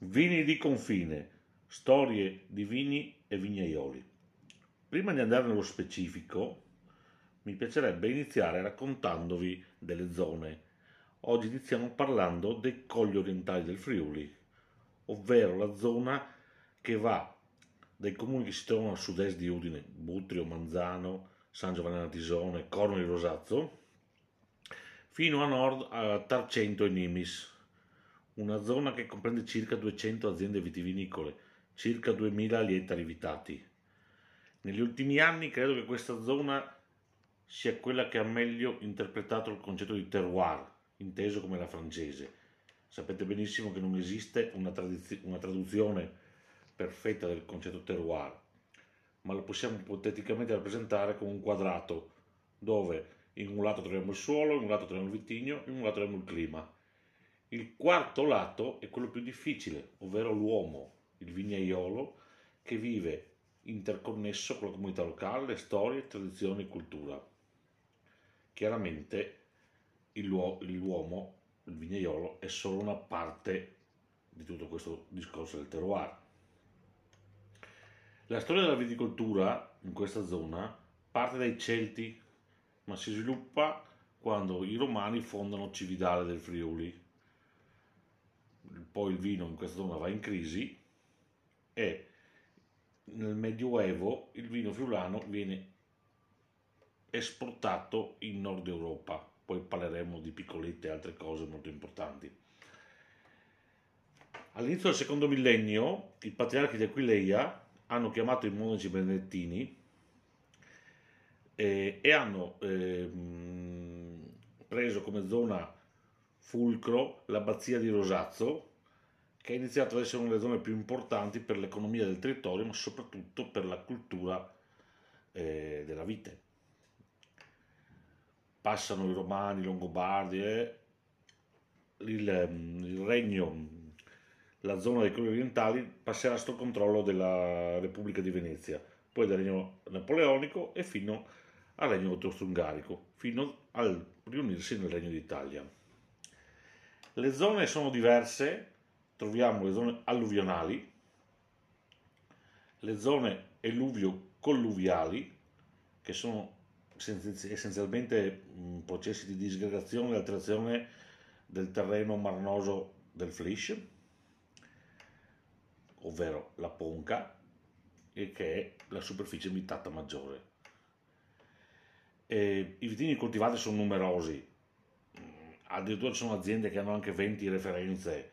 Vini di confine, storie di vini e vignaioli. Prima di andare nello specifico, mi piacerebbe iniziare raccontandovi delle zone. Oggi iniziamo parlando dei colli orientali del Friuli, ovvero la zona che va dai comuni che si trovano a sud-est di Udine, Butrio, Manzano, San Giovanni Natisone, Corno di Rosazzo, fino a nord a Tarcento e Nimis, una zona che comprende circa 200 aziende vitivinicole, circa 2000 gli ettari vitati. Negli ultimi anni credo che questa zona sia quella che ha meglio interpretato il concetto di terroir, inteso come la francese. Sapete benissimo che non esiste una traduzione perfetta del concetto terroir, ma lo possiamo ipoteticamente rappresentare come un quadrato dove in un lato troviamo il suolo, in un lato troviamo il vitigno, in un lato troviamo il clima. Il quarto lato è quello più difficile, ovvero l'uomo, il vignaiolo, che vive interconnesso con la comunità locale, storie, tradizioni e cultura. Chiaramente l'uomo, il vignaiolo, è solo una parte di tutto questo discorso del terroir. La storia della viticoltura in questa zona parte dai Celti, ma si sviluppa quando i Romani fondano Cividale del Friuli. Poi il vino in questa zona va in crisi e nel Medioevo il vino friulano viene esportato in Nord Europa, poi parleremo di piccolette e altre cose molto importanti. All'inizio del secondo millennio i patriarchi di Aquileia hanno chiamato i monaci benedettini e hanno preso come zona fulcro l'abbazia di Rosazzo, che è iniziato ad essere una delle zone più importanti per l'economia del territorio, ma soprattutto per la cultura della vite. Passano i Romani, i Longobardi e il regno, la zona dei colli orientali passerà sotto controllo della Repubblica di Venezia, poi dal regno napoleonico e fino al regno austro-ungarico, fino al riunirsi nel regno d'Italia. Le zone sono diverse, troviamo le zone alluvionali, le zone eluvio-colluviali, che sono essenzialmente processi di disgregazione e alterazione del terreno marnoso del Flish, ovvero la Ponca, e che è la superficie abitata maggiore. I vitigni coltivati sono numerosi, addirittura ci sono aziende che hanno anche 20 referenze.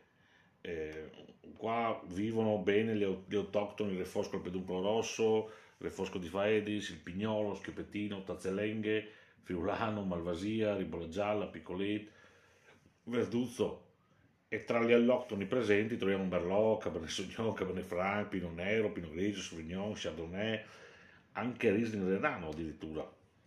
Qua vivono bene gli autoctoni, il Refosco al peduncolo rosso, il Refosco di Faedis, il Pignolo, Schiopettino, Tazzalenghe, Friulano, Malvasia, Ribolla Gialla, Piccolet, Verduzzo. E tra gli alloctoni presenti troviamo Merlot, Cabernet Sauvignon, Cabernet Franc, Pinot Nero, Pinot Grigio, Sauvignon, Chardonnay, anche Riesling Renano addirittura.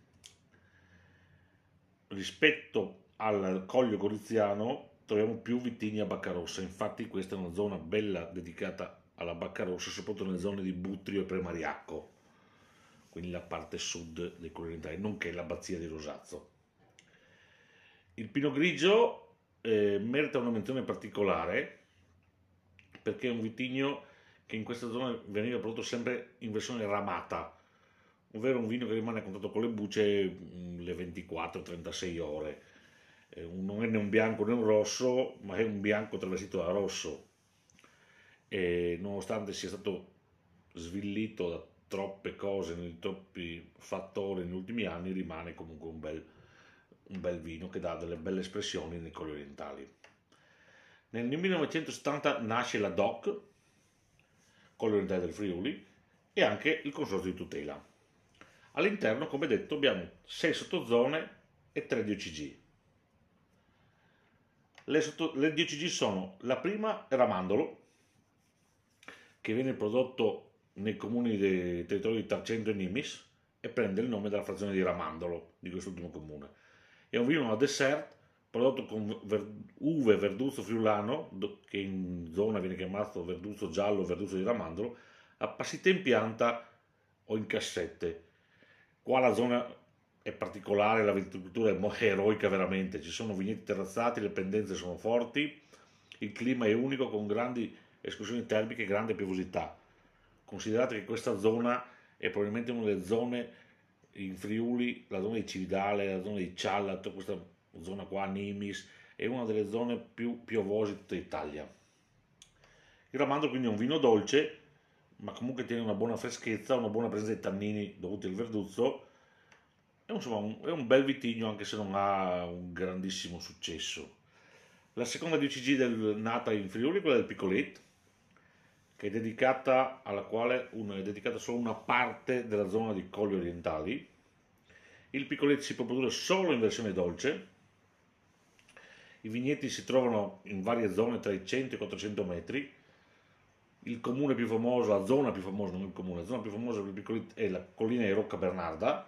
Rispetto al Coglio Goriziano troviamo più vitigni a bacca rossa, infatti questa è una zona bella dedicata alla bacca rossa, soprattutto nelle zone di Butrio e Premariacco, quindi la parte sud dei Colli Orientali, nonché l'abbazia di Rosazzo. Il Pinot Grigio merita una menzione particolare perché è un vitigno che in questa zona veniva prodotto sempre in versione ramata, ovvero un vino che rimane a contatto con le bucce le 24-36 ore. Non è né un bianco né un rosso, ma è un bianco travestito da rosso. E nonostante sia stato svillito da troppe cose, di troppi fattori negli ultimi anni, rimane comunque un bel vino che dà delle belle espressioni nei colli orientali. Nel 1970 nasce la DOC, Colli Orientali del Friuli, e anche il Consorzio di tutela. All'interno, come detto, abbiamo 6 sottozone e 3 DOCG. Le DOCG sono: la prima è Ramandolo, che viene prodotto nei comuni dei territori di Tarcento e Nimis e prende il nome dalla frazione di Ramandolo, di quest'ultimo comune. È un vino a dessert prodotto con uve verduzzo friulano, che in zona viene chiamato verduzzo giallo o verduzzo di Ramandolo, appassite in pianta o in cassette. Qua la zona è particolare, la viticoltura è eroica veramente, ci sono vigneti terrazzati, le pendenze sono forti, il clima è unico con grandi escursioni termiche e grande piovosità. Considerate che questa zona è probabilmente una delle zone in Friuli, la zona di Cividale, la zona di Cialla, tutta questa zona qua, Nimis, è una delle zone più piovose di tutta Italia. Il Ramandro quindi è un vino dolce, ma comunque tiene una buona freschezza, una buona presenza di tannini dovuti al verduzzo. Insomma, è un bel vitigno anche se non ha un grandissimo successo. La seconda DOCG nata in Friuli è quella del Picolet, che è dedicata alla quale è dedicata solo una parte della zona di Colli Orientali. Il Picolet si può produrre solo in versione dolce. I vigneti si trovano in varie zone tra i 100 e i 400 metri. Il comune più famoso, la zona più famosa, non il comune, la zona più famosa per il Picolet è la collina di Rocca Bernarda.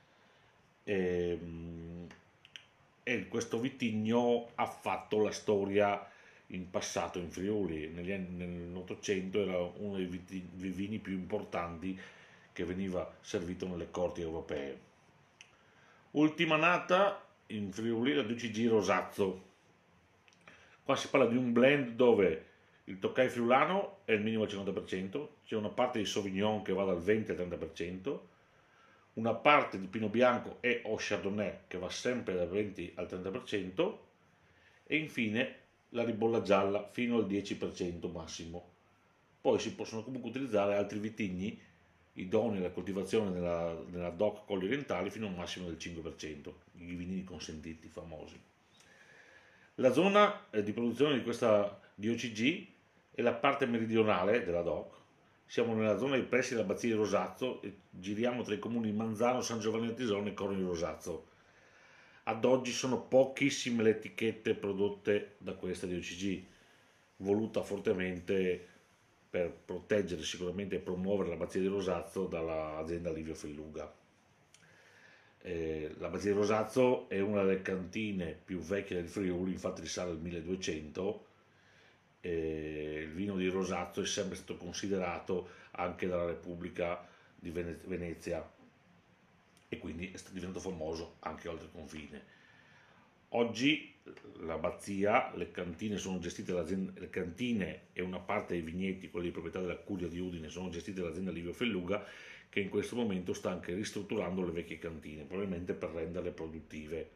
E questo vitigno ha fatto la storia in passato in Friuli. Nell'Ottocento era uno dei vini più importanti che veniva servito nelle corti europee. Ultima nata in Friuli, la DOCG Rosazzo. Qua si parla di un blend dove il Toccai friulano è il minimo al 50%, c'è una parte di Sauvignon che va dal 20 al 30%, una parte di Pinot Bianco e o Chardonnay che va sempre dal 20 al 30% e infine la ribolla gialla fino al 10% massimo. Poi si possono comunque utilizzare altri vitigni idonei alla coltivazione nella DOC Colli Orientali fino a un massimo del 5%, i vini consentiti famosi. La zona di produzione di questa DOCG è la parte meridionale della DOC. Siamo nella zona dei pressi dell'abbazia di Rosazzo e giriamo tra i comuni di Manzano, San Giovanni del Tisone e Corno di Rosazzo. Ad oggi sono pochissime le etichette prodotte da questa DOCG, voluta fortemente per proteggere sicuramente e promuovere l'abbazia di Rosazzo dall'azienda Livio Felluga. L'abbazia di Rosazzo è una delle cantine più vecchie del Friuli, infatti risale al 1200. Il vino di Rosazzo è sempre stato considerato anche dalla Repubblica di Venezia e quindi è diventato famoso anche oltre confine. Oggi l'abbazia, le cantine sono gestite dall'azienda, le cantine e una parte dei vigneti, quelli di proprietà della Curia di Udine, sono gestiti dall'azienda Livio Felluga, che in questo momento sta anche ristrutturando le vecchie cantine, probabilmente per renderle produttive.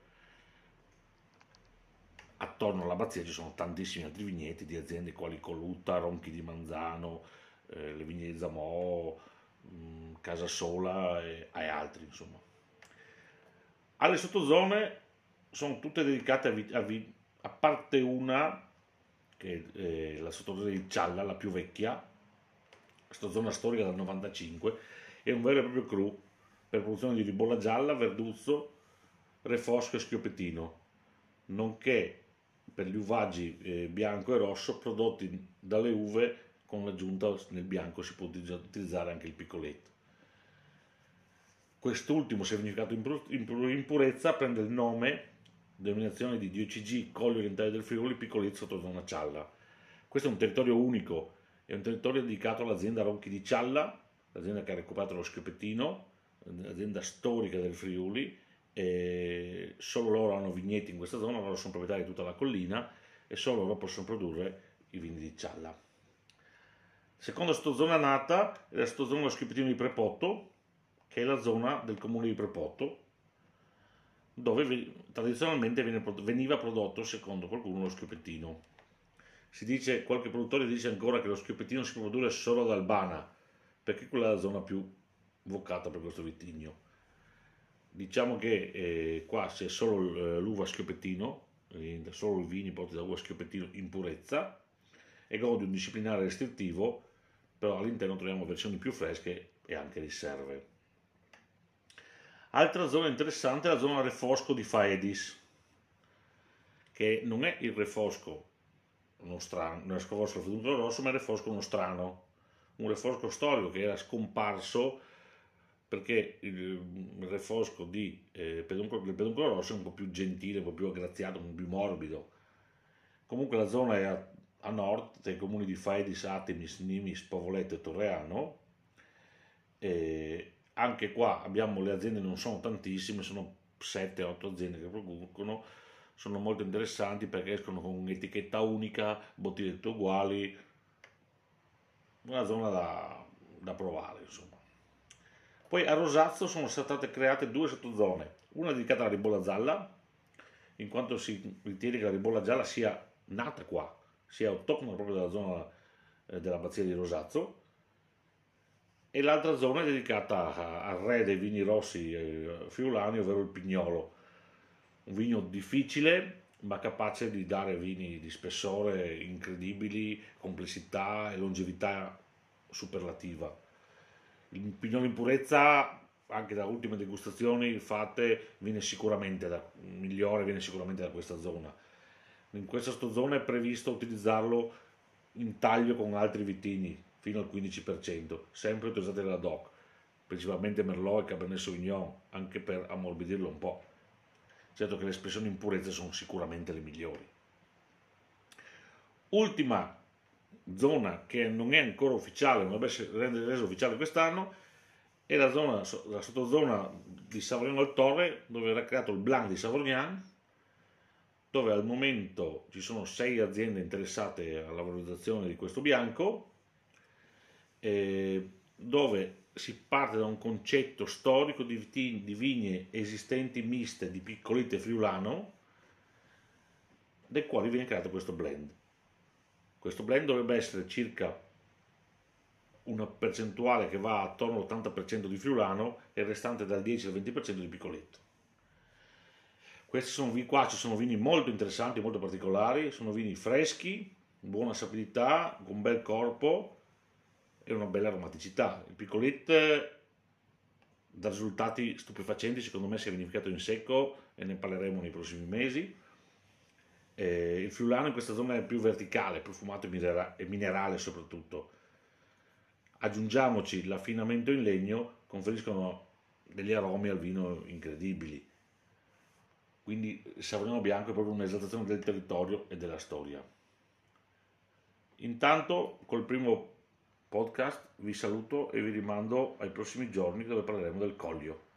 Attorno all'abbazia ci sono tantissimi altri vigneti di aziende quali Colutta, Ronchi di Manzano, le vigne di Zamò, Casasola e altri, insomma. Alle sottozone sono tutte dedicate a parte una, che è la sottozona di Cialla, la più vecchia, questa zona storica del 95, è un vero e proprio cru per produzione di ribolla gialla, verduzzo, refosco e schioppettino, nonché per gli uvaggi bianco e rosso prodotti dalle uve con l'aggiunta nel bianco si può utilizzare anche il picoletto. Quest'ultimo significato in purezza prende il nome, denominazione di DOCG Colli Orientali del Friuli Picoletto sottozona Cialla. Questo è un territorio unico, è un territorio dedicato all'azienda Ronchi di Cialla, l'azienda che ha recuperato lo schioppettino, l'azienda storica del Friuli. E solo loro hanno vigneti in questa zona, loro sono proprietari di tutta la collina e solo loro possono produrre i vini di Cialla. Seconda sottozona nata è la sottozona dello schioppettino di Prepotto, che è la zona del comune di Prepotto, dove tradizionalmente veniva prodotto, secondo qualcuno, lo schioppettino. Qualche produttore dice ancora che lo schioppettino si può produrre solo ad Albana, perché quella è la zona più vocata per questo vitigno. Diciamo che qua c'è solo l'uva schioppettino, solo i vini prodotti da uva schioppettino in purezza e gode un disciplinare restrittivo, però all'interno troviamo versioni più fresche e anche riserve. Altra zona interessante è la zona refosco di Faedis, che non è il refosco nostrano, non è il refosco feduncolo rosso, ma è il refosco nostrano, un refosco storico che era scomparso perché il refosco del peduncolo rosso è un po' più gentile, un po' più aggraziato, un po' più morbido. Comunque la zona è a nord, tra i comuni di Faedis, Atemis, Nimis, Povoletto e Torreano. Anche qua abbiamo le aziende, non sono tantissime, sono 7-8 aziende che producono, sono molto interessanti perché escono con un'etichetta unica, bottigliette uguali, una zona da provare, insomma. Poi a Rosazzo sono state create due sottozone, una dedicata alla ribolla gialla, in quanto si ritiene che la ribolla gialla sia nata qua, sia autoctona proprio dalla zona dell'abbazia di Rosazzo, e l'altra zona è dedicata al re dei vini rossi friulani, ovvero il Pignolo, un vino difficile ma capace di dare vini di spessore incredibili, complessità e longevità superlativa. Il Pignolo in purezza, anche da ultime degustazioni fatte, migliore viene sicuramente da questa zona. In questa sottozona è previsto utilizzarlo in taglio con altri vitigni fino al 15%, sempre utilizzati dalla DOC, principalmente Merlot e Cabernet Sauvignon, anche per ammorbidirlo un po'. Certo che le espressioni in purezza sono sicuramente le migliori. Ultima zona che non è ancora ufficiale, ma dovrebbe rendere reso ufficiale quest'anno, è la sottozona di Savognano al Torre, dove era creato il Blanc di Savognano, dove al momento ci sono 6 aziende interessate alla valorizzazione di questo bianco, dove si parte da un concetto storico di vigne esistenti miste di Piccolite e Friulano, dai quali viene creato questo blend. Questo blend dovrebbe essere circa una percentuale che va attorno all'80% di Friulano e il restante dal 10 al 20% di Piccoletto. Qua ci sono vini molto interessanti, molto particolari, sono vini freschi, buona sapidità, con un bel corpo e una bella aromaticità. Il Piccolet dà risultati stupefacenti, secondo me si è vinificato in secco e ne parleremo nei prossimi mesi. Il Friulano in questa zona è più verticale, più fumato e minerale soprattutto. Aggiungiamoci l'affinamento in legno, conferiscono degli aromi al vino incredibili. Quindi il Savognano Bianco è proprio un'esaltazione del territorio e della storia. Intanto col primo podcast vi saluto e vi rimando ai prossimi giorni dove parleremo del Collio.